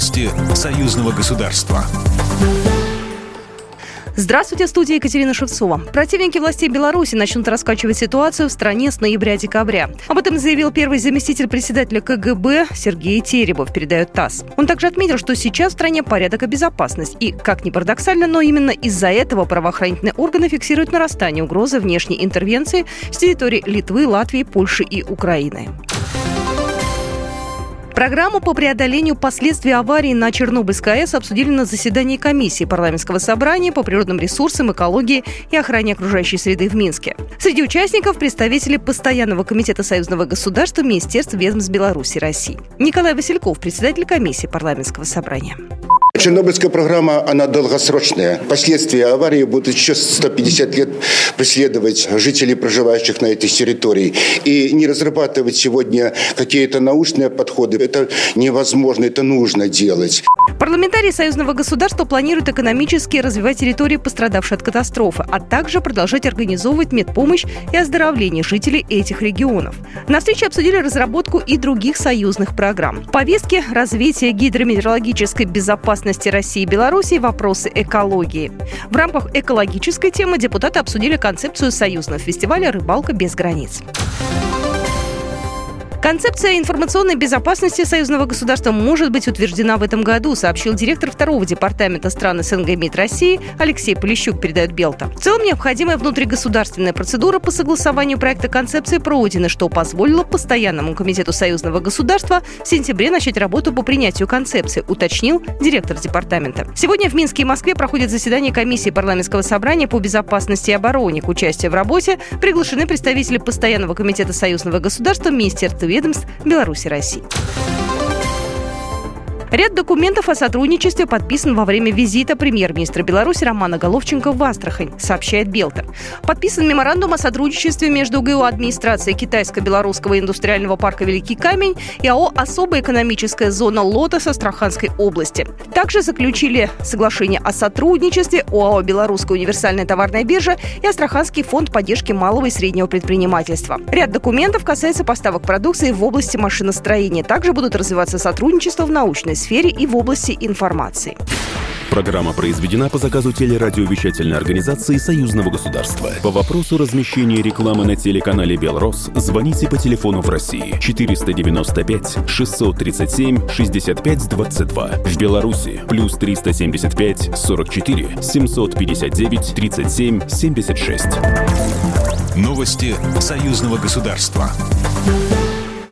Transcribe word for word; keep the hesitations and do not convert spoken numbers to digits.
Новости союзного государства. Здравствуйте, в студии Екатерина Шевцова. Противники властей Беларуси начнут раскачивать ситуацию в стране с ноября-декабря. Об этом заявил первый заместитель председателя ка гэ бэ Сергей Теребов, передает ТАСС. Он также отметил, что сейчас в стране порядок и безопасность. И, как ни парадоксально, но именно из-за этого правоохранительные органы фиксируют нарастание угрозы внешней интервенции с территории Литвы, Латвии, Польши и Украины. Программу по преодолению последствий аварии на Чернобыльской АЭС обсудили на заседании комиссии парламентского собрания по природным ресурсам, экологии и охране окружающей среды в Минске. Среди участников представители Постоянного комитета союзного государства, Министерств ведомств Беларуси и России. Николай Васильков, председатель комиссии парламентского собрания. Чернобыльская программа, она долгосрочная. Последствия аварии будут еще сто пятьдесят лет преследовать жителей, проживающих на этой территории. И не разрабатывать сегодня какие-то научные подходы, это невозможно, это нужно делать. Парламентарии союзного государства планируют экономически развивать территории, пострадавшие от катастрофы, а также продолжать организовывать медпомощь и оздоровление жителей этих регионов. На встрече обсудили разработку и других союзных программ. В повестке развитие гидрометеорологической безопасности России и Беларуси, вопросы экологии. В рамках экологической темы депутаты обсудили концепцию союзного фестиваля «Рыбалка без границ». Концепция информационной безопасности союзного государства может быть утверждена в этом году, сообщил директор второго департамента стран эс эн гэ МИД России Алексей Полищук, передает Белта. В целом, необходимая внутригосударственная процедура по согласованию проекта концепции пройдена, что позволило Постоянному комитету союзного государства в сентябре начать работу по принятию концепции, уточнил директор департамента. Сегодня в Минске и Москве проходит заседание комиссии парламентского собрания по безопасности и обороне. К участию в работе приглашены представители Постоянного комитета союзного государства, Министерства ведомств Беларуси и России. Ряд документов о сотрудничестве подписан во время визита премьер-министра Беларуси Романа Головченко в Астрахань, сообщает Белта. Подписан меморандум о сотрудничестве между гэ у администрацией Китайско-белорусского индустриального парка «Великий камень» и а о «Особая экономическая зона Лотос» Астраханской области. Также заключили соглашение о сотрудничестве о а о «Белорусская универсальная товарная биржа» и Астраханский фонд поддержки малого и среднего предпринимательства. Ряд документов касается поставок продукции в области машиностроения. Также будут развиваться сотрудничество в научной сфере сфере и в области информации. Программа произведена по заказу телерадиовещательной организации Союзного государства. По вопросу размещения рекламы на телеканале «Белрос» звоните по телефону в России четыреста девяносто пять шестьсот тридцать семь шестьдесят пять двадцать два. В Беларуси плюс триста семьдесят пять сорок четыре семьсот пятьдесят девять тридцать семь семьдесят шесть. Новости союзного государства.